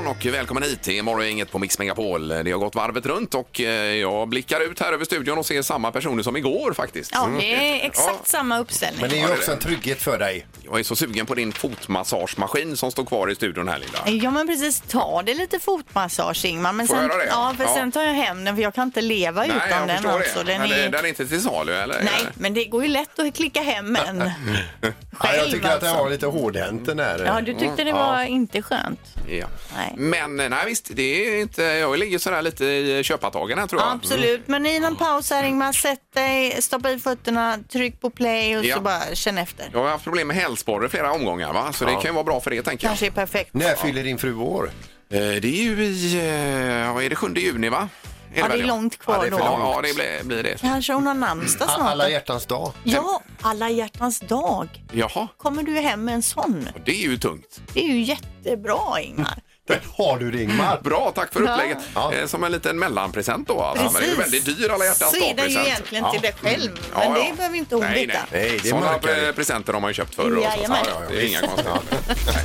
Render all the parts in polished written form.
morgon och välkommen hit till Morgongänget på Mix Megapol. Det har gått varvet runt och jag blickar ut här över studion och ser samma personer som igår faktiskt. Ja, det är exakt samma uppställning. Men det är ju också en trygghet för dig. Jag är så sugen på din fotmassagemaskin som står kvar i studion här, Linda. Ja, men precis. Ta det lite fotmassage, Ingmar. Men Får sen, jag göra det? ja, för sen tar jag hem den, för jag kan inte leva Nej, utan jag den. förstår Alltså. det. Men den är inte till salu, eller? Nej, men det går ju lätt att klicka hem en själv. Ja, jag tycker att den alltså. var lite hårdhänt den här. Ja, du tyckte det var inte skönt. Ja. Nej. Men nej visst, det är inte, jag ligger sådär lite i köpatagen här tror jag. Absolut, men i någon paus här, Ingmar, sätt dig, stoppa i fötterna, tryck på play och så bara känn efter. Jag har haft problem med hälsporre flera omgångar, va? Så det kan ju vara bra för det, tänker jag. Kanske är perfekt. När fyller din fru år? Det är ju i, är det 7 juni, va? Ja, det är långt kvar då. Ja, det blir det. Kanske hon har namnsdag snart. Alla hjärtans dag. Ja, alla hjärtans dag. Jaha, Kommer du hem med en sån? det är ju tungt. Det är ju jättebra, Ingmar. Där har du det, Ingmar. Bra, tack för upplägget. Ja. Som en liten mellanpresent då. Alltså. Men det är ju väldigt dyr alla hjärtans Så är det ju dag-present. egentligen till dig själv. Men det behöver inte hon veta. Nej, det är sådana mörkare. presenter har man ju köpt förr. Jajamän. Det är inga konstigheter.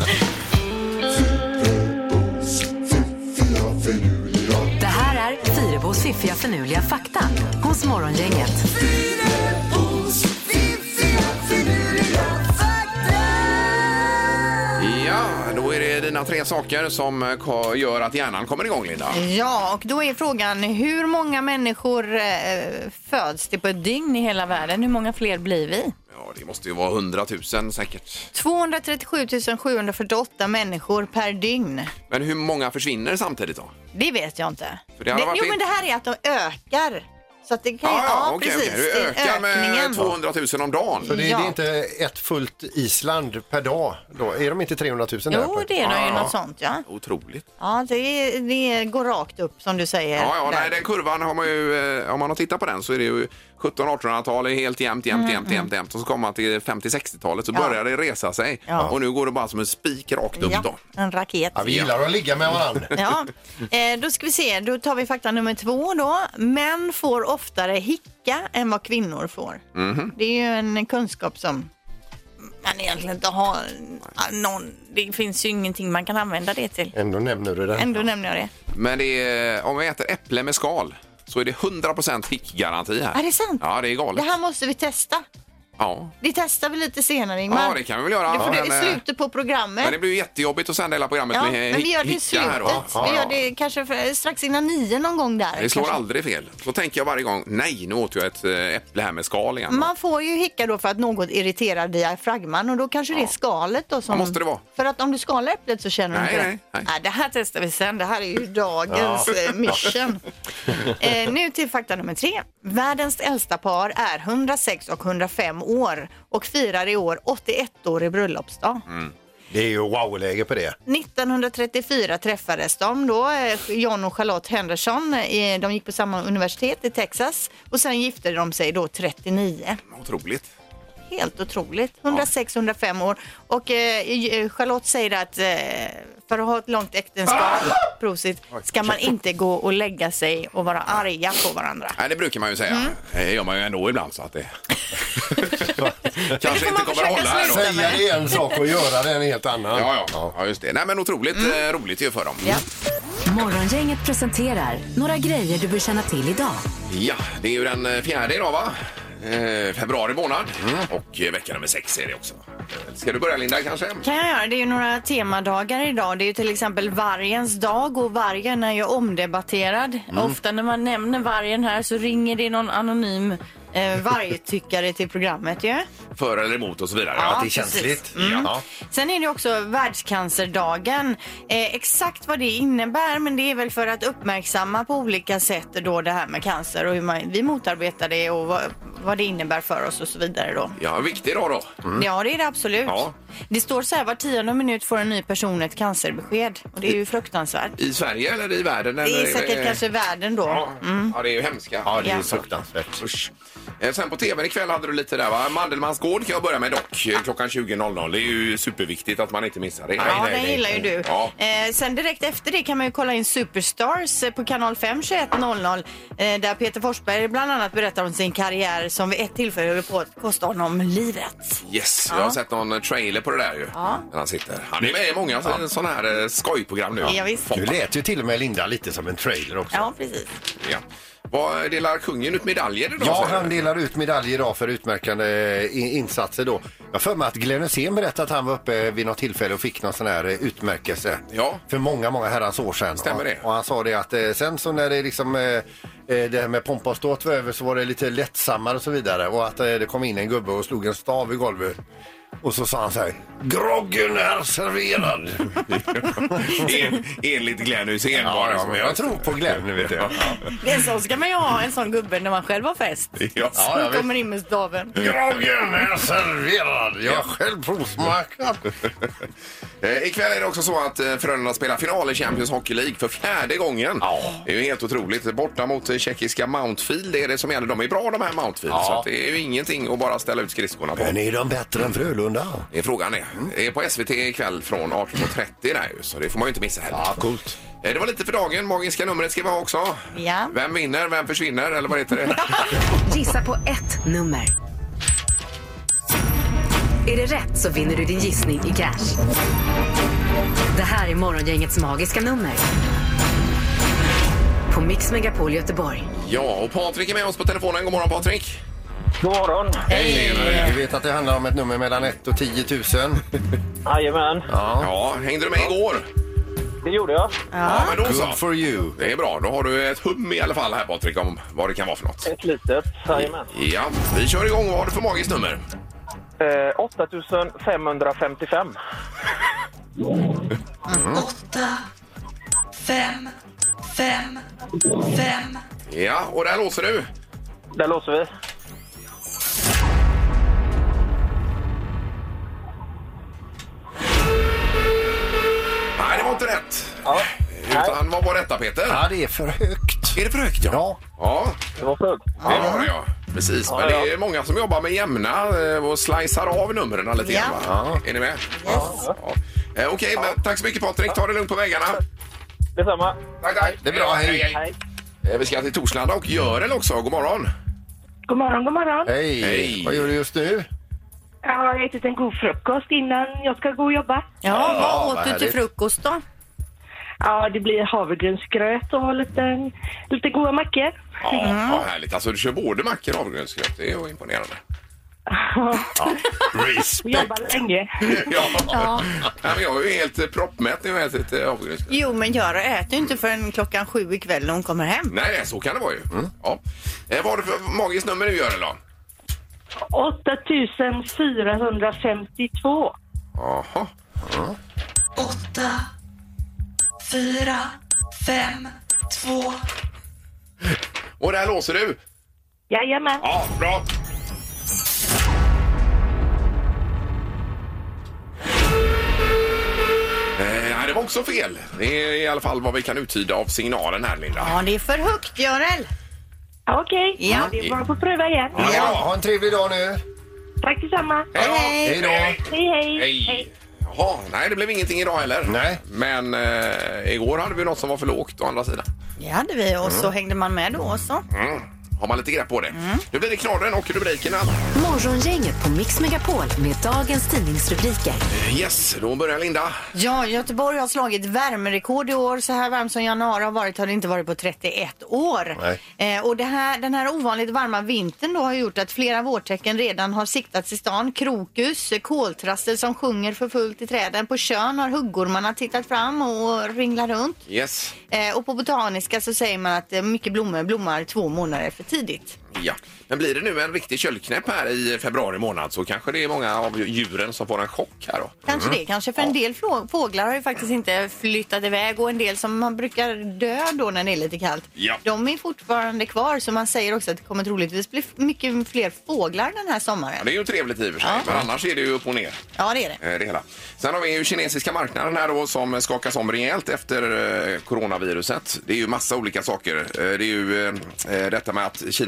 Det här är Fyrebos fiffiga förnuliga fakta hos Morgongänget. Ja, då är det dina 3 saker som gör att hjärnan kommer igång, Linda. Ja, och då är frågan, hur många människor föds det på ett dygn i hela världen? Hur många fler blir vi? Ja, det måste ju vara 100 000 säkert. 237 748 människor per dygn. Men hur många försvinner samtidigt då? Det vet jag inte. För det hade varit men det här är att de ökar. Så att det kan Okej. precis. Du det är ökar med 200 000 om dagen. Så det Ja. är inte ett fullt Island per dag då? Är de inte 300 000 där? Jo, det är ju något sånt, ja. Otroligt. Ja, det går rakt upp som du säger. Ja, där. nej, den kurvan har man ju, om man har tittat på den så är det ju 1700-1800-talet helt jämnt och så kommer man till 50-60-talet så börjar det resa sig. Ja. Och nu går det bara som en spik rakt upp då. En raket. Ja, vi gillar att ligga med varandra. Ja, då ska vi se. Då tar vi fakta nummer 2 då. Män får oftare hicka än vad kvinnor får. Det är ju en kunskap som man egentligen inte har någon. Det finns ju ingenting man kan använda det till. Ändå nämner du det. Ändå nämner jag det. Men det är, om vi äter äpple med skal så är det 100% hickgaranti här. Är det sant? Ja, det är galet. Det här måste vi testa. Ja. Det testar vi lite senare, Ingmar. Ja, det kan vi väl göra. Det får Men, det i slutet på programmet. Men det blir ju jättejobbigt att sända hela programmet Ja, med men vi gör det i hicka slutet. här då. Vi gör det kanske strax innan 9 någon gång där. Det slår kanske. aldrig fel. Så tänker jag varje gång, nej, nu åt jag ett äpple här med skal igen. Man får ju hicka då för att något irriterar diafragman och då kanske det är skalet då som... Vad måste det vara? För att om du skalar äpplet så känner du inte det. Nej. Det här testar vi sen. Det här är ju dagens mission. Nu till fakta nummer 3. Världens äldsta par är 106 och 105 år och firar i år 81-årig bröllopsdag. Det är ju wow-läge på det. 1934 träffades de då, John och Charlotte Henderson. De gick på samma universitet i Texas och sen gifte de sig då 39. Otroligt. Helt otroligt. 106-105 år. Och Charlotte säger att för att ha ett långt äktenskap, prosit, ska man inte gå och lägga sig och vara arga på varandra. Nej, det brukar man ju säga. Det gör man ju ändå ibland så att det kanske får inte man kommer att hålla här då. försöka Säga är en sak och göra det är en helt annan. Ja, just det. Nej, men otroligt roligt ju för dem. Ja. Morgongänget presenterar några grejer du bör känna till idag. Ja, det är ju den 4:e idag, va? Februari månad. Och vecka nummer 6 är det också. Ska du börja, Linda, kanske? Kan jag göra. Det är ju några temadagar idag. Det är ju till exempel vargens dag och vargen är ju omdebatterad. Ofta när man nämner vargen här så ringer det någon anonym vargtyckare till programmet ju. För eller emot och så vidare. Ja, Det är känsligt. Ja. Sen är det också världscancerdagen. Exakt vad det innebär, men det är väl för att uppmärksamma på olika sätt då det här med cancer och hur vi motarbetar det och vad det innebär för oss och så vidare då. Ja, viktig dag då. Ja, det är det absolut. Ja. Det står så här, var 10:e minut får en ny person ett cancerbesked. Och det är ju fruktansvärt. I Sverige eller i världen? Det är säkert kanske världen då. Ja, ja, det är ju hemska. Ja, det är Ja. fruktansvärt. Usch. Sen på tv ikväll hade du lite där, va? Mandelmans gård kan jag börja med dock. Klockan 20.00. Det är ju superviktigt att man inte missar det. Ja, det gillar ju du. Ja. Sen direkt efter det kan man ju kolla in Superstars på kanal 5 21.00 där Peter Forsberg bland annat berättar om sin karriär som vid ett tillfälle höll på att kosta honom livet. Yes, jag har sett någon trailer på det där ju. Ja. När han sitter. Han är med i många sådana här skojprogram nu. Ja, visst. Du lät ju till och med Linda lite som en trailer också. Ja, precis. Ja. Vad delar kungen ut medaljer idag? Ja, han delar ut medaljer idag för utmärkande insatser då. Jag för mig att Glenn Hysén berättade att han var uppe vid något tillfälle och fick någon sån här utmärkelse. Ja. För många herrans år sedan. Stämmer det? Och han sa det att sen så när det liksom det här med pompa och ståt var över så var det lite lättsammare och så vidare. Och att det kom in en gubbe och slog en stav i golvet. Och så sa han så här: groggen är serverad. Enligt Glenn Hysén. Ja, men jag tror på Glenn, nu vet jag. Det är så ska man ju ha en sån gubbe när man själv har fest. Ja. Som kommer in med staven. Groggen är serverad. Jag har själv provsmakat. Ikväll är det också så att Frölunda spelar final i Champions Hockey League för 4:e gången. Ja. Det är ju helt otroligt. Borta mot tjeckiska Mountfield, det är det som gäller. De är bra, de här Mountfield. Ja. Så att det är ju ingenting att bara ställa ut skridskorna på. Men är de bättre än Frölunda? Det är frågan är. Det är på SVT ikväll från 18.30 där ju, så det får man ju inte missa heller. Ja, coolt. Det var lite för dagen. Magiska numret ska vi ha också. Ja. Vem vinner, vem försvinner, eller vad heter det? Gissa på ett nummer. Är det rätt så vinner du din gissning i cash. Det här är Morgongängets magiska nummer. På Mix Megapol Göteborg. Ja, och Patrik är med oss på telefonen. God morgon, Patrik. God morgon. Hej. Du vet att det handlar om ett nummer mellan 1 och 10 000. Jajamän, Ja, hängde du med igår? det gjorde jag. Ja, men då så. Good for you. Det är bra. Då har du ett hum i alla fall här, Patrik, om vad det kan vara för något. Ett litet. Jajamän. Ja, vi kör igång. Vad har du för magiskt nummer? 8555. 8, 5, 5, 5. Ja, och där låser du. Där låser vi. Nej, det var inte rätt. Ja. Utan vad var detta, Peter? Ja, det är för högt. Är det för högt? Ja. Ja, Det var fullt. det var det, ja. Precis, men det är många som jobbar med jämna och slicear av numren lite grann, va? Är ni med? Ja. Okej, men tack så mycket, Patrik. Ta det lugnt på väggarna. Detsamma. Tack. Det är bra, hej. Hej. Vi ska till Torslanda och Görel också. God morgon. God morgon, god morgon. Hej. Hej. Vad gör du just nu? Jag har ätit en god frukost innan jag ska gå och jobba. Ja, vad åt vad du till härligt. frukost då? Ja, det blir havregrynsgröt och lite goda mackor. Ja, vad härligt. Alltså, du kör både mackor och havregrynsgröt. Det är ju imponerande. Respect. Jobbar länge. Ja. Nej, men jag är ju helt proppmätt när jag äter lite havregrynsgröt. Jo, men jag äter ju inte förrän klockan 7 ikväll när hon kommer hem. Nej, så kan det vara ju. Ja. Vad har du för magiskt nummer nu, Görel, då? 8452. Jaha. 8, 4, 5, 2. Och där låser du. Jajamän. Ja, bra. Nej, det var också fel. Det är i alla fall vad vi kan uttyda av signalen här, Linda. Ja, det är för högt, Görel. Okej, Ja. det är bara att pröva igen. Ja, ha en trevlig dag nu. Tack detsamma. Hej. Hej då. Hej. Hej. Jaha, nej, det blev ingenting idag heller. Nej. Men igår hade vi något som var för lågt å andra sidan. Det hade vi och så hängde man med då också. Har man lite grepp på det. Nu blir det knorren och rubrikerna. Morgongänget på Mix Megapol med dagens tidningsrubriker. Yes, då börjar Linda. Ja, Göteborg har slagit värmerekord i år. Så här varmt som januari har det inte varit på 31 år. Och den här ovanligt varma vintern då har gjort att flera vårtecken redan har siktats i stan. Krokus, koltraster som sjunger för fullt i träden. På Tjörn har huggormarna tittat fram och ringlar runt. Yes. Och på botaniska så säger man att mycket blommor blommar 2 månader för tidigt. Ja, men blir det nu en riktig köldknäpp här i februari månad så kanske det är många av djuren som får en chock här då. Kanske det, kanske för en del fåglar har ju faktiskt inte flyttat iväg och en del som man brukar dö då när det är lite kallt. Ja. De är fortfarande kvar så man säger också att det kommer troligtvis bli mycket fler fåglar den här sommaren. Ja, det är ju trevligt i och för sig, men annars är det ju upp och ner. Ja, det är det. Det hela. Sen har vi ju kinesiska marknaden här då som skakas om rejält efter coronaviruset. Det är ju massa olika saker. Det är ju detta med att Kina blir mer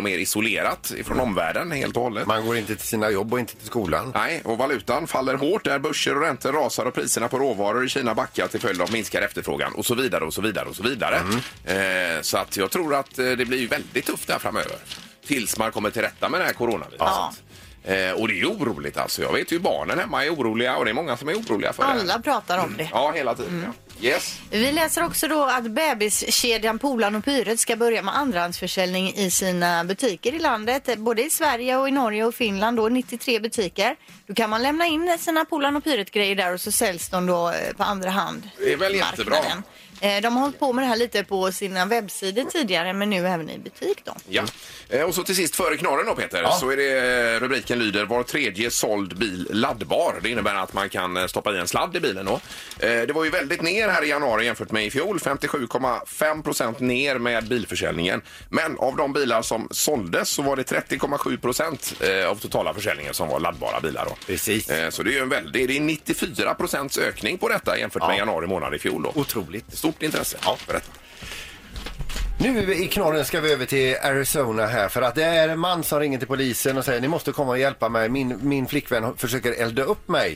och mer isolerat ifrån omvärlden helt och hållet. Man går inte till sina jobb och inte till skolan. Nej, och valutan faller hårt där börser och räntor rasar och priserna på råvaror i Kina backar till följd av minskad efterfrågan och så vidare och så vidare och så vidare. Så att jag tror att det blir ju väldigt tufft där framöver. Tills man kommer till rätta med det här coronaviruset. Ja. Och det är ju oroligt alltså. Jag vet ju barnen hemma är oroliga och det är många som är oroliga för det. Alla pratar om det. Ja, hela tiden. Ja. Yes. Vi läser också då att bebiskedjan Polarn och Pyret ska börja med andrahandsförsäljning i sina butiker i landet. Både i Sverige och i Norge och Finland då, 93 butiker. Då kan man lämna in sina Polarn och Pyret-grejer där och så säljs de då på andra hand. Det är väl jättebra. De har hållit på med det här lite på sina webbsidor tidigare men nu även i butik då. Ja. Och så till sist före knorren då Peter, så är det rubriken lyder var tredje såld bil laddbar. Det innebär att man kan stoppa i en sladd i bilen då. Det var ju väldigt ner här i januari jämfört med i fjol, 57,5% ner med bilförsäljningen. Men av de bilar som såldes så var det 30,7% av totala försäljningen som var laddbara bilar då. Precis. Så det är ju det är 94% ökning på detta jämfört med januari månad i fjol då. Otroligt. Stort intresse för detta. Nu i knorren ska vi över till Arizona här för att det är en man som ringer till polisen och säger ni måste komma och hjälpa mig, min flickvän försöker elda upp mig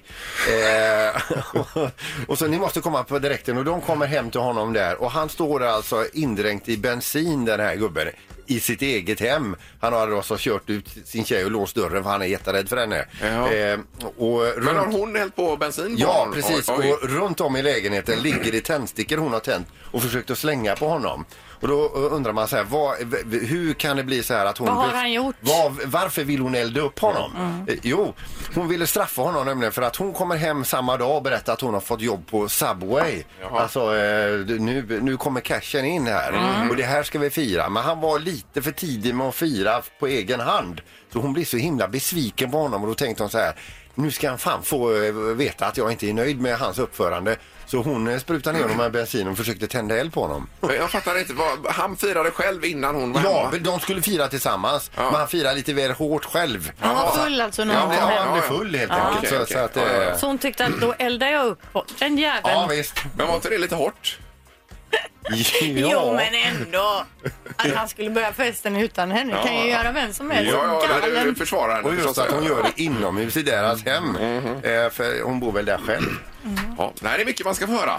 och så ni måste komma på direkten och de kommer hem till honom där och han står alltså indränkt i bensin den här gubben i sitt eget hem. Han har alltså kört ut sin tjej och låst dörren för han är jätterädd för henne. Men har hon hällt på bensin? Ja, precis. Och runt om i lägenheten ligger det tändstickor hon har tänt och försökt att slänga på honom. Och då undrar man så här, hur kan det bli så här att hon... Vad har han gjort? Varför vill hon elda upp honom? Jo, hon ville straffa honom nämligen för att hon kommer hem samma dag och berättar att hon har fått jobb på Subway. Alltså, nu kommer cashen in här. Och det här ska vi fira. Men han var lite för tidig med att fira på egen hand. Så hon blir så himla besviken på honom och då tänkte hon så här, nu ska han fan få veta att jag inte är nöjd med hans uppförande. Så hon sprutade ner honom med bensin och försökte tända eld på honom. Jag fattar inte, han firade själv innan hon var hemma? Ja, de skulle fira tillsammans. Men han firade lite väl hårt själv. Han var full alltså när han kom hem. Han blev full helt enkelt. Så hon tyckte att då eldar jag upp på den jäveln. Ja, visst. Men var inte det lite hårt? Jo, men ändå. Att han skulle börja festen utan henne kan ju göra vem som helst. Det försvarar henne. Och just att hon gör det inomhus i deras hem. För hon bor väl där själv. Ja, nej, det är mycket man ska få höra.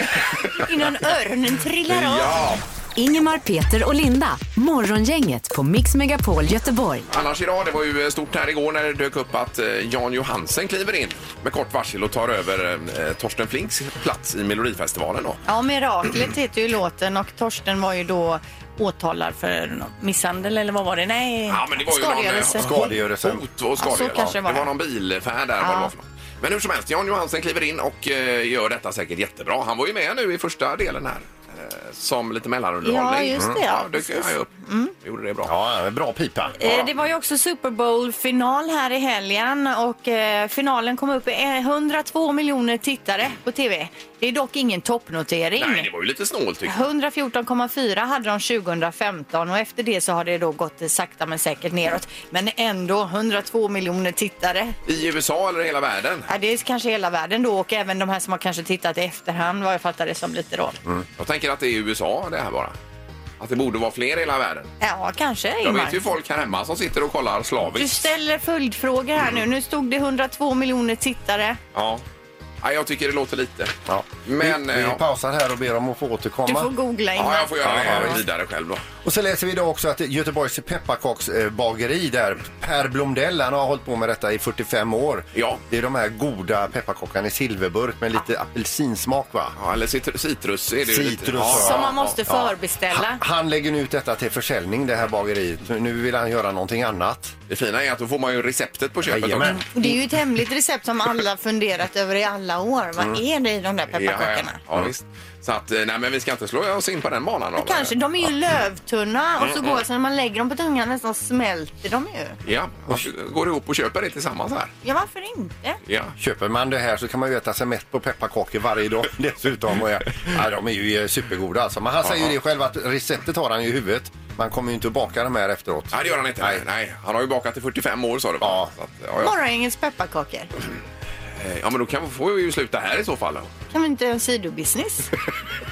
Innan öronen trillar av. Ja. Ingemar, Peter och Linda. Morgongänget på Mix Megapol Göteborg. Annars idag, det var ju stort här igår när det dök upp att Jan Johansen kliver in med kort varsel och tar över Torsten Flinks plats i Melodifestivalen då. Ja, Miraklet heter ju låten och Torsten var ju då åtalad för misshandel eller vad var det? Nej, ja, men det var ju skadegörelse. Hot och skadegörelse. Det var någon bilfärd där. Vad det var för något. Men hur som helst, Jan Johansen kliver in och gör detta säkert jättebra. Han var ju med nu i första delen här. Som lite mellanunderhållning. Ja, just det. Ja. Dök jag upp. Gjorde det bra. Ja, bra pipa. Det var ju också Super Bowl-final här i helgen och finalen kom upp i 102 miljoner tittare på tv. Det är dock ingen toppnotering. Nej, det var ju lite snålt tycker jag. 114,4 hade de 2015 och efter det så har det då gått sakta men säkert neråt. Men ändå 102 miljoner tittare. I USA eller hela världen? Ja, det är kanske hela världen då och även de här som har kanske tittat i efterhand, vad jag fattar det som lite då. Jag tänker att det är USA det här bara. Att det borde vara fler i hela världen. Ja, kanske. Jag vet ju folk här hemma som sitter och kollar slaviskt. Du ställer följdfrågor här nu. Nu stod det 102 miljoner tittare. Ja. Ja, jag tycker det låter lite. Ja. Men vi pausar här och ber om att få återkomma. Du får googla in. Ja, jag får göra det vidare själv då. Och så läser vi då också att Göteborgs pepparkaksbageri där Per Blomdell, han har hållit på med detta i 45 år. Ja. Det är de här goda pepparkakorna i silverburk med lite apelsinsmak va? Ja, eller citrus är det ju lite. Som man måste förbeställa. Han lägger nu ut detta till försäljning, det här bageriet. Nu vill han göra någonting annat. Det fina är att då får man ju receptet på köpet också. Det är ju ett hemligt recept som alla funderat över i alla år. Vad är det i de där pepparkakorna? Ja, visst. Så att, nej men vi ska inte slå oss in på den banan. Men kanske, de är ju lövtunna och så går så när man lägger dem på tungan nästan smälter de ju. Ja, och går ihop och köper det tillsammans här. Ja, varför inte? Ja. Köper man det här så kan man ju äta sig mätt på pepparkakor varje dag dessutom. Och de är ju supergoda alltså. Men han säger ju det själv att receptet har han ju i huvudet. Man kommer ju inte att baka de här efteråt. Nej, det gör han inte. Nej. Han har ju bakat i 45 år sa du. Ja. Morgongängets pepparkakor. Ja, men då får vi ju sluta här i så fall. Kan vi inte en sidobusiness?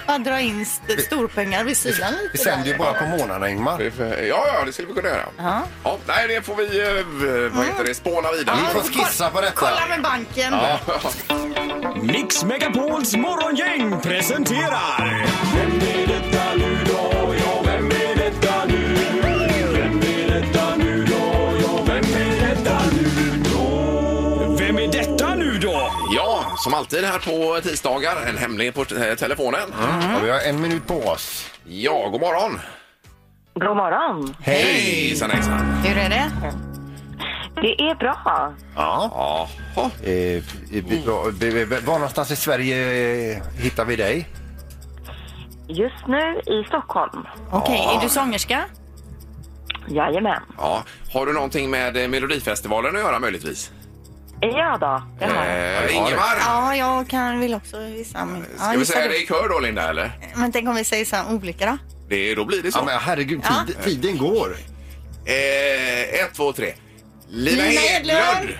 Bara dra in storpengar vid sidan lite. Vi sänder ju bara på månaderna, Ingmar. Ja, det skulle vi kunna göra. Ja. Ja, nej, det får vi spåna vidare. Vi får skissa på detta. Kolla med banken. Mix Megapols morgongäng presenterar... Vem är detta nu då? Ja, vem är detta nu? Vem är detta nu då? Ja, vem är detta nu då? Vem är detta nu då? Ja, som alltid här på tisdagar. En hemlig på telefonen. Ja, vi har 1 minut på oss. Ja, god morgon. God morgon. Hej, hejsan. Hur är det? Det är bra. Ja. Jaha. Var någonstans i Sverige hittar vi dig? Just nu i Stockholm. Okej, är du sångerska? Jajamän. Ja. Har du någonting med Melodifestivalen att göra möjligtvis? Ja då, det har jag. Ingemar? Ja, jag vill också gissa. Ska vi säga det i kör då, Linda, eller? Men tänk om vi säger så här olika då? Då blir det så. Ja, men herregud, tiden går. 1, 2, 3. Lina Lina Hedlund! Hedlund.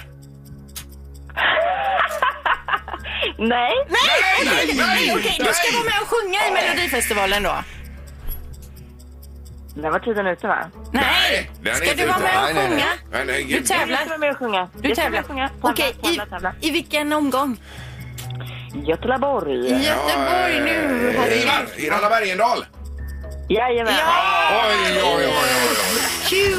Nej. Okej, du ska vara med och sjunga i Melodifestivalen då? Det var tiden ute, va? Nej! den är Ska inte du vara ute. med och Nej, sjunga? Nej, Du Jag ska tävlar? vara med och sjunga. Du tävlar? Sjunga. Okej, Tävla. i vilken omgång? Göteborg. I Göteborg nu. Irana Bergendal. Jajamän. Oj. Q!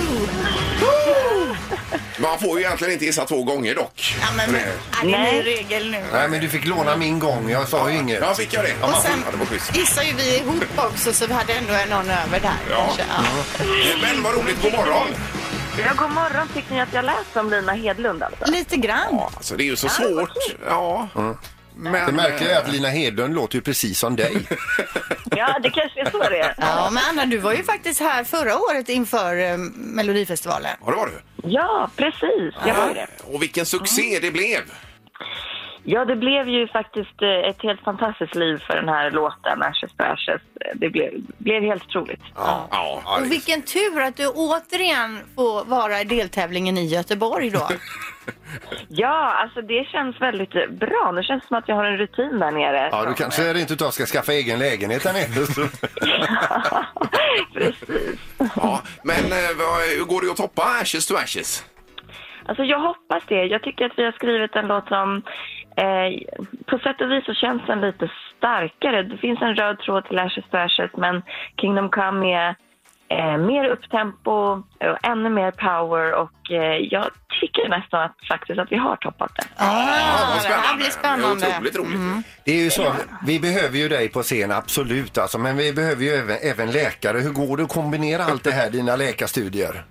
Man får ju egentligen inte gissa 2 gånger dock. Ja, men det är en ny regel nu. Nej, men du fick låna min gång. Jag sa ju inget. Ja, fick jag det? Och sen det var schysst. gissar ju vi ihop också, så vi hade ändå någon över där. Ja. Kanske. Men vad roligt, god morgon. Ja, god morgon. Tyckte ni att jag läste om Lina Hedlund alltså? Lite grann. Ja, alltså det är ju så svårt. Ja. Men, Det märkliga är att Lina Hedlund låter ju precis som dig. Ja, det kanske är så det är. Ja, men Anna, du var ju faktiskt här förra året inför Melodifestivalen. Ja, det var du. Ja, precis. Jag var ju det. Och vilken succé det blev. Ja, det blev ju faktiskt ett helt fantastiskt liv för den här låten, Ashes to Ashes. Det blev helt otroligt. Ja. Och vilken tur att du återigen får vara i deltävlingen i Göteborg då. Ja, alltså det känns väldigt bra. Det känns som att jag har en rutin där nere. Ja, du kanske inte utav ska skaffa egen lägenhet där nere. Precis. Ja, men hur går det att toppa Ashes to Ashes? Alltså jag hoppas det. Jag tycker att vi har skrivit en låt som på sätt och vis så känns den lite starkare. Det finns en röd tråd till Ashes to Ashes, men Kingdom Come är mer upptempo och ännu mer power, och jag tycker nästan att vi har toppat det. Det här blir spännande. Det är otroligt roligt. Det är ju så, vi behöver ju dig på scen, absolut alltså, men vi behöver ju även läkare. Hur går det att kombinera allt det här, dina läkarstudier?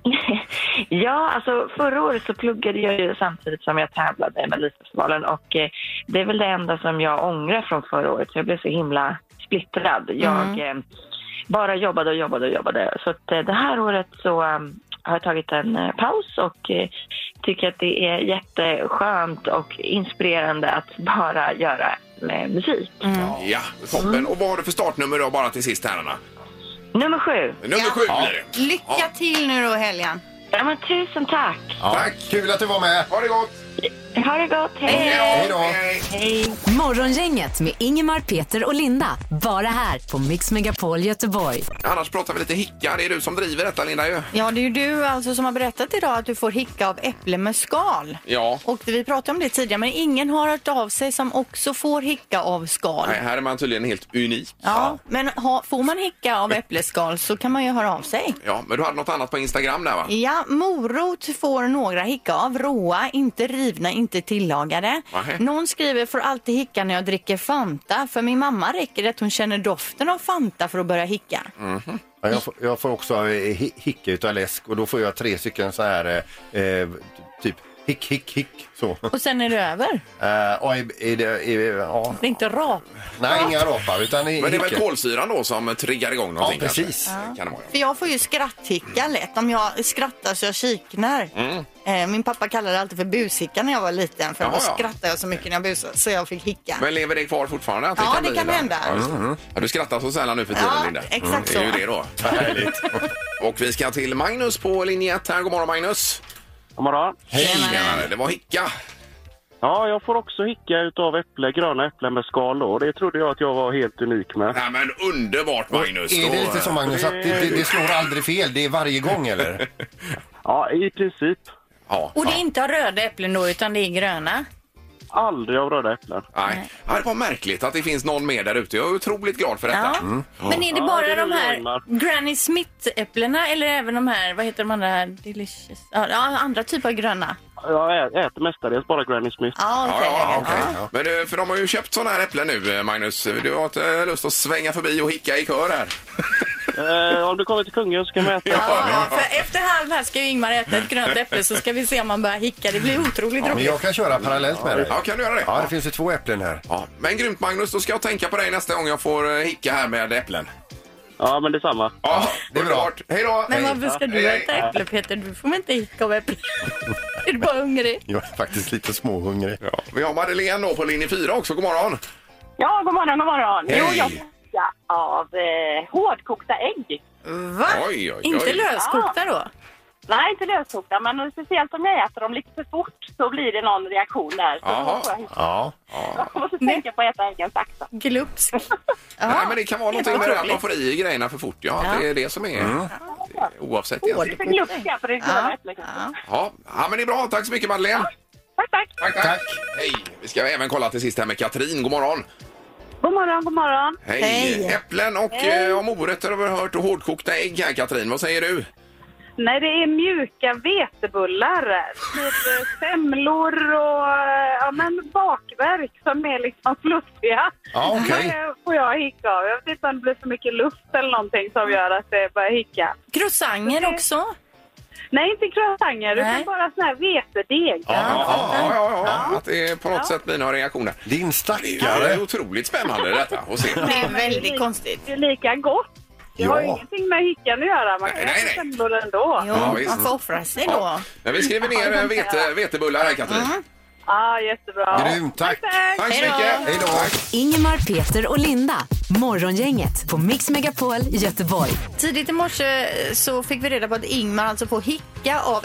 Ja, alltså förra året så pluggade jag ju samtidigt som jag tävlade med Melodifestivalen, och det är väl det enda som jag ångrar från förra året. Jag blev så himla splittrad. Jag bara jobbade. Så att det här året så har jag tagit en paus och tycker att det är jätteskönt och inspirerande att bara göra musik. Ja, toppen. Och vad har du för startnummer då, bara till sist här, Anna? Nummer 7. Nummer 7 blir det. Lycka till nu då, helgen. Ja, men tusen tack. Ja, Tack. Kul att du var med. Ha det gott. Ha det gott. Hej. Hej då. Hej. Morgongänget med Ingemar, Peter och Linda. Bara här på Mix Megapol Göteborg. Annars pratar vi lite hicka. Det är du som driver detta, Linda, ju. Ja, det är ju du alltså som har berättat idag att du får hicka av äpple med skal. Ja. Och vi pratade om det tidigare, men ingen har hört av sig som också får hicka av skal. Nej, här är man tydligen helt unik. Ja, men får man hicka av äppleskal så kan man ju höra av sig. Ja, men du hade något annat på Instagram där, va? Ja, morot får några hicka av. Råa, inte rivna, inte tillagade. Nähä. Någon skriver, får alltid hicka när jag dricker Fanta. För min mamma räcker det att hon känner doften av Fanta för att börja hicka. Ja, jag får också hicka utav läsk, och då får jag 3 stycken så här typ hick så. Och sen är det över. Ja. Det är inte rap. Nej, inga rapar utan Men det är väl hicka. kolsyran då som triggar igång någonting? Ja, precis. Kanske? Kan det vara. För jag får ju skratthicka lätt om jag skrattar så jag kiknar. Min pappa kallade det alltid för bushicka när jag var liten. För då skrattade jag så mycket när jag busade så jag fick hicka. Men lever det kvar fortfarande? Att Ja, det det kan bli hända. Ja, du skrattar så sällan nu för tiden, Ja, Linda. exakt Det är ju så. det då. Härligt. Och vi ska till Magnus på linje 1 här. God morgon, Magnus. God morgon. Hej. Det var hicka. Ja, jag får också hicka utav gröna äpplen med skal då. Det trodde jag att jag var helt unik med. Nej, men underbart, Magnus. Är det lite som Magnus att det slår aldrig fel? Det är varje gång, eller? Ja, i princip. Ja, Och det är inte av röda äpplen då, utan det är gröna. Aldrig av röda äpplen. Nej. Ja, det var märkligt att det finns någon med där ute. Jag är otroligt glad för detta. Ja. Men är det bara det är de här lugnar. Granny Smith-äpplena eller även de här, vad heter de andra? Delicious. Ja, andra typer av gröna. Jag äter mestadels bara Granny Smith. Ja, okej. Ja. Men för de har ju köpt såna här äpplen nu, Magnus. Du har inte lust att svänga förbi och hicka i kör här? Om du kommer till Kungen så kan man äta. Ja, för efter halv här ska ju Ingmar äta ett grönt äpple så ska vi se om man börjar hicka. Det blir otroligt Men roligt. jag kan köra parallellt med dig. Ja, kan du göra det? Ja, det finns ju 2 äpplen här. Ja. Men grymt, Magnus. Då ska jag tänka på dig nästa gång jag får hicka här med äpplen. Ja, men detsamma. Ja, det är bra. underbart. Hej då! Men varför ska du äta äpple, Peter? Du får inte hicka av äpple. Är du bara hungrig? Jag är faktiskt lite småhungrig. Ja. Vi har Madeleine då på linje 4 också. God morgon! Ja, god morgon, god morgon. Hej. Jo, jag fickar av hårdkokta ägg. Va? Oj. Inte löskokta då? Nej, inte löskokta, men speciellt om jag äter dem lite för fort så blir det någon reaktion där. Så Jaha. då får jag, Ja. jag måste tänka på att äta äggen sakta. Glupsk. Nej, men det kan vara någonting med det att man får i grejerna för fort. Ja, det är det som är oavsett egentligen. Lite glupska på det gröna äpplet. Ja, men det är bra. Tack så mycket, Madeleine. Tack. Tack. Hej. Vi ska även kolla till sist här med Katrin. God morgon. God morgon, god morgon. Hej. Hej. Äpplen och morötter har vi hört och hårdkokta ägg här, Katrin. Vad säger du? Nej, det är mjuka vetebullar. Typ semlor och bakverk som är liksom fluffiga. Ja, okej. Det får jag hicka av. Jag vet inte om det blir för mycket luft eller någonting som gör att det börjar hicka. Croissanter också? Nej, inte croissanter, utan bara sån här vetedeg. Ja. Att det på något sätt blir några reaktioner. Din Ja, det stackare. är otroligt spännande detta att se. Det är väldigt konstigt. Det är lika gott. Det har ju ingenting med hickan att göra. Man kan äta semlor ändå. Jo, Ja, visst. man får offra sig då. Ja. Men vi skriver ner vetebullar här, Katrin. Ja, jättebra. Grymt, tack. Tack så Hej då. mycket. Hej då. Ingemar, Peter och Linda. Morgongänget på Mix Megapol Göteborg. Tidigt i morse så fick vi reda på att Ingmar alltså får hicka av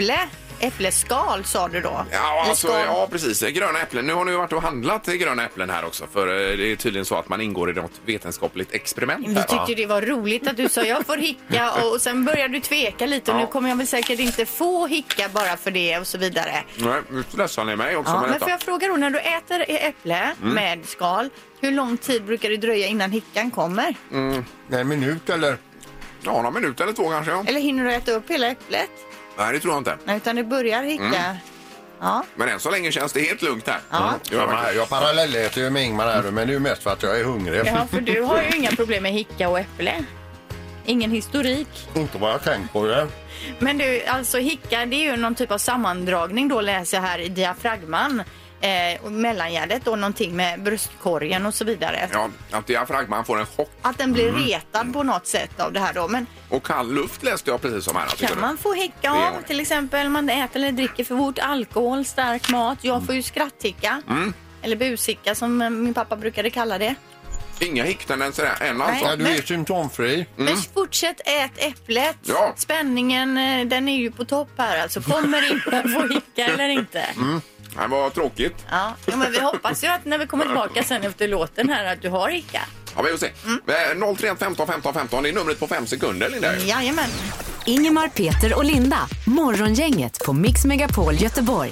äppleskal, sa du då? Ja, alltså, ja, precis. Gröna äpplen. Nu har ni ju varit och handlat gröna äpplen här också. För det är tydligen så att man ingår i något vetenskapligt experiment. Vi tyckte det var roligt att du sa jag får hicka och sen började du tveka lite och nu kommer jag väl säkert inte få hicka bara för det och så vidare. Nej, nu stressar ni mig också Ja, med men detta. får jag fråga då, när du äter äpple med skal, hur lång tid brukar det dröja innan hickan kommer? En minut eller? Ja, några minuter eller 2 kanske. Ja. Eller hinner du äta upp hela äpplet? Nej, det tror jag inte. Nej, utan det börjar hicka. Ja. Men än så länge känns det helt lugnt här. Ja. Jag parallelläter ju med Ingmar här, men det är ju mest för att jag är hungrig. Ja, för du har ju inga problem med hicka och äpple. Ingen historik. Inte vad jag tänkt på det. Men du, alltså hicka, det är ju någon typ av sammandragning då, läser jag här i diafragman. Och mellangärdet och någonting med bröstkorgen och så vidare. Ja, att diafragman får en chock. Att den blir retad på något sätt av det här då. Men Och kall luft läste jag precis som här. kan man få hicka av till exempel man äter eller dricker för fort alkohol, stark mat? Jag får ju skratthicka. Eller bushicka som min pappa brukade kalla det. Inga hicktendenser än alltså. Ja, du är symptomfri. Men fortsätt ät äpplet. Ja. Spänningen, den är ju på topp här. Alltså kommer inte få hicka eller inte. Det var tråkigt. Ja, men vi hoppas ju att när vi kommer tillbaka sen efter låten här att du har hicka. Ja, vi får se. 031 15 15 15, det är numret på 5 sekunder, Linda. Jajamän. Ingemar, Peter och Linda. Morgongänget på Mix Megapol Göteborg.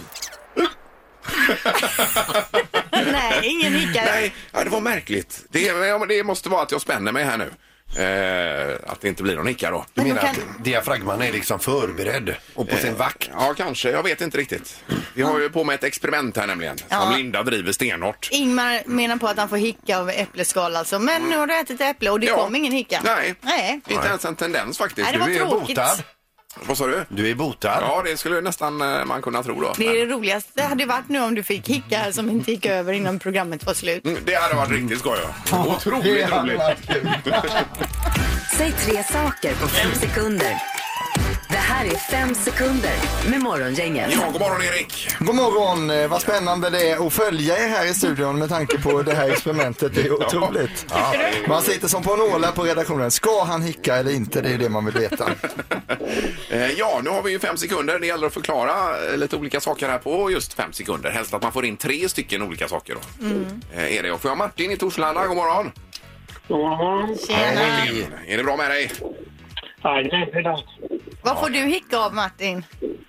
Nej, ingen hicka. Nej, ja, det var märkligt. Det måste vara att jag spänner mig här nu. Att det inte blir någon hicka då. Du menar att diafragman är liksom förberedd och på sin vakt? Ja, kanske. Jag vet inte riktigt. Vi har ju på med ett experiment här nämligen. Som Linda driver stenhårt. Ingmar menar på att han får hicka av äppleskal alltså. Men nu har du ätit äpple och det kom ingen hicka. Nej. Inte ens en tendens faktiskt. Nej, det var Du är tråkigt. botad. Vad sa du? Du är botad. Ja, det skulle nästan man kunna tro då. Det roligaste hade varit nu om du fick hicka här som inte gick över innan programmet var slut. Det hade varit riktigt skoj. Otroligt roligt. Säg 3 saker på 5 sekunder. Det här är 5 sekunder med Morgongänget. Ja, god morgon Erik. God morgon, vad spännande det är att följa er här i studion med tanke på det här experimentet. Det är otroligt. Man sitter som på en åla på redaktionen. Ska han hicka eller inte? Det är det man vill veta. Ja, nu har vi ju 5 sekunder. Det gäller att förklara lite olika saker här på just 5 sekunder. Helst att man får in 3 stycken olika saker då. Är det. Och får jag Martin i Torslanda, god morgon. Tjena. Är det bra med dig? Nej, det är det. Vad får du hicka av, Martin?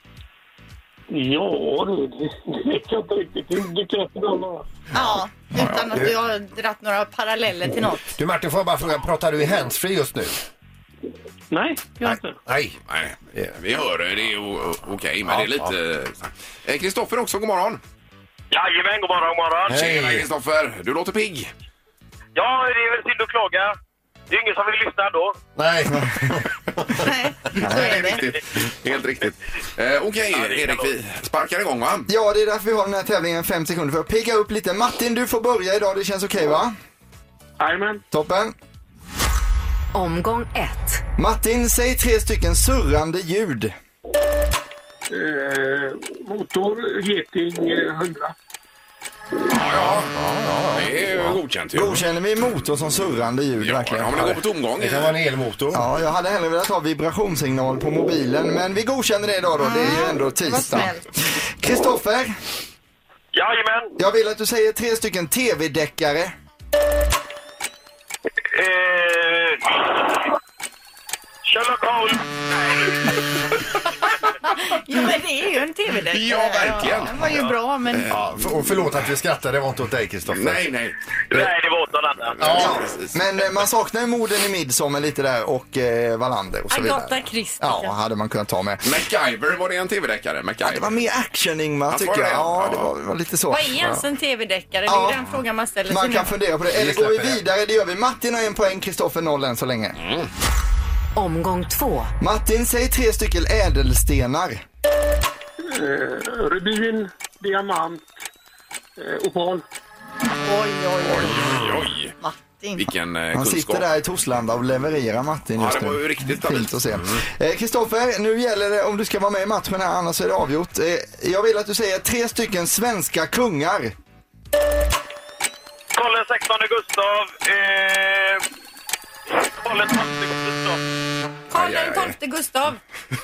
Ja, det vet jag inte riktigt. Det dyker upp någon. Ja, utan att du har dratt några paralleller till något. Du Martin, får jag bara fråga, pratar du i handsfree just nu? Nej, jag inte. Nej. Vi hör det. Det är okej, men det är lite... Kristoffer också, god morgon. Jajamän, god morgon. Tjena Kristoffer, du låter pigg. Ja, det är väl synd att klaga. Det är ingen som vill lyssna då. Nej. Nej, så är det. Helt riktigt. Okej, Erik, vi sparkar igång, va? Ja, det är därför vi har den här tävlingen 5 sekunder för att pigga upp lite. Martin, du får börja idag. Det känns okej, va? Jajamän. Toppen. Omgång 1. Martin, säg 3 stycken surrande ljud. Motor, geting, 100. Ja. Det är ju godkänt. Godkänner vi motor som surrande ljud, verkligen? Ja, men det går på tomgång. Det kan vara en elmotor. Ja, jag hade hellre velat ha vibrationssignal på mobilen, men vi godkänner det idag då. Det är ju ändå tisdag. Kristoffer, Jajamän. jag vill att du säger 3 stycken tv-deckare. Sherlock Holmes. Jo, men det är ju en tv-deckare. Ja, verkligen. Ja, det var ju bra, men... Ja, och förlåt att vi skrattade, det var inte åt dig Kristoffer. Nej. Nej, det var åt någon annan. Ja, precis. Men man saknar ju morden i Midsommar lite där och Wallander och så vidare. Agatha Christie. Ja, hade man kunnat ta med. MacGyver, var det en tv-deckare? Ja, det var mer action, Ingmar, Alltså, tycker var jag. det? Ja, Ja. det var lite så. Vad är ens en tv-deckare? Ja. Det är den frågan man ställer sig Man nu. kan fundera på det. Eller går vi vidare? Det gör vi. Martin har 1 poäng, Kristoffer 0 än så länge. Omgång 2. Martin, säg 3 stycken ädelstenar. Rubin, diamant, opal. Oj. Martin. Vilken Han kunskap. sitter där i Torslanda och levererar, Martin, Ja, just det nu. var ju riktigt Fint att se. Kristoffer, nu gäller det om du ska vara med i matchen här, annars är det avgjort. Jag vill att du säger 3 stycken svenska kungar. Karl 16 Gustav. Karl 12 Gustav. Karl den 12 Gustav.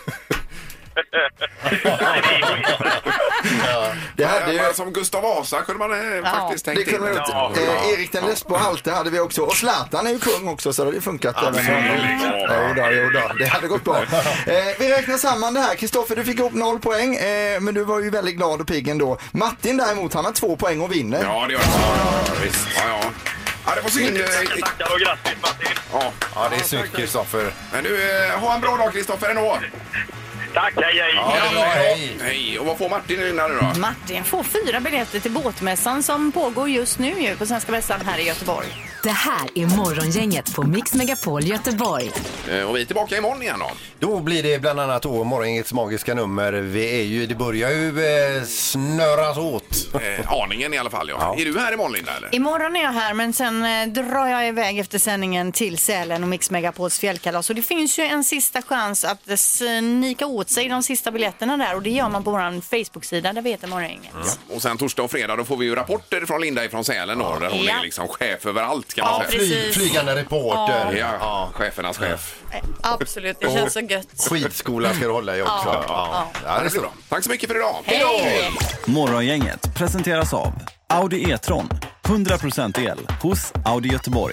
Det hade ju... Som Gustav Vasa kunde man faktiskt Det tänkt kunde in. man gjort. Erik den Lesbo Halte hade vi också. Och Zlatan är ju kung också, så det hade ju funkat. Jo då, det hade gått bra. Vi räknar samman det här. Kristoffer, du fick upp 0 poäng, men du var ju väldigt glad och pigg ändå. Martin däremot, han har 2 poäng och vinner. Ja, det gör det. Visst. Ja. Ja, det var synd. Tackar och grattis, Martin. Ja, det är snyggt Kristoffer. Men du, ha en bra dag Kristoffer ändå. Tack, hej. Ja, det är bra, hej. Hej, och vad får Martin nu då? Martin får 4 biljetter till båtmässan som pågår just nu ju på Svenska Mässan här i Göteborg. Det här är Morgongänget på Mix Megapol Göteborg. Och vi är tillbaka imorgon igen då. Då blir det bland annat Morgongängets magiska nummer. Det börjar ju snöras åt. Aningen i alla fall, ja. Är du här imorgon, Linda, eller? Imorgon är jag här, men sen drar jag iväg efter sändningen till Sälen och Mix Megapols fjällkalas. Och det finns ju en sista chans att snika åt sig de sista biljetterna där. Och det gör man på vår Facebook-sida, där vet Morgongänget. Ja. Och sen torsdag och fredag då får vi ju rapporter från Linda ifrån Sälen då, där hon är liksom chef överallt, kan man säga. precis. Flygande reporter. Ja, chefernas chef. Absolut, det känns så gött. Skitskola ska du hålla i också. Ja, det blir bra. Tack så mycket för idag. Hej! Morgongänget presenteras av Audi E-tron. 100% el hos Audi Göteborg.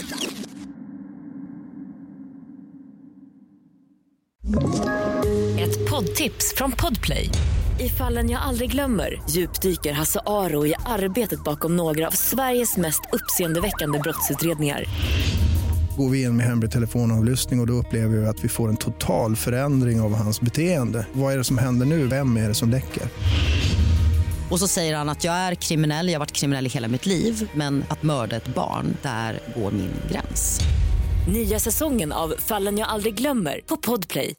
Ett poddtips från Podplay. I Fallen jag aldrig glömmer djupdyker Hasse Aro i arbetet bakom några av Sveriges mest uppseendeväckande brottsutredningar. Går vi in med hemlig telefonavlyssning och då upplever vi att vi får en total förändring av hans beteende. Vad är det som händer nu? Vem är det som läcker? Och så säger han att jag är kriminell, jag har varit kriminell i hela mitt liv. Men att mörda ett barn, där går min gräns. Nya säsongen av Fallen jag aldrig glömmer på Podplay.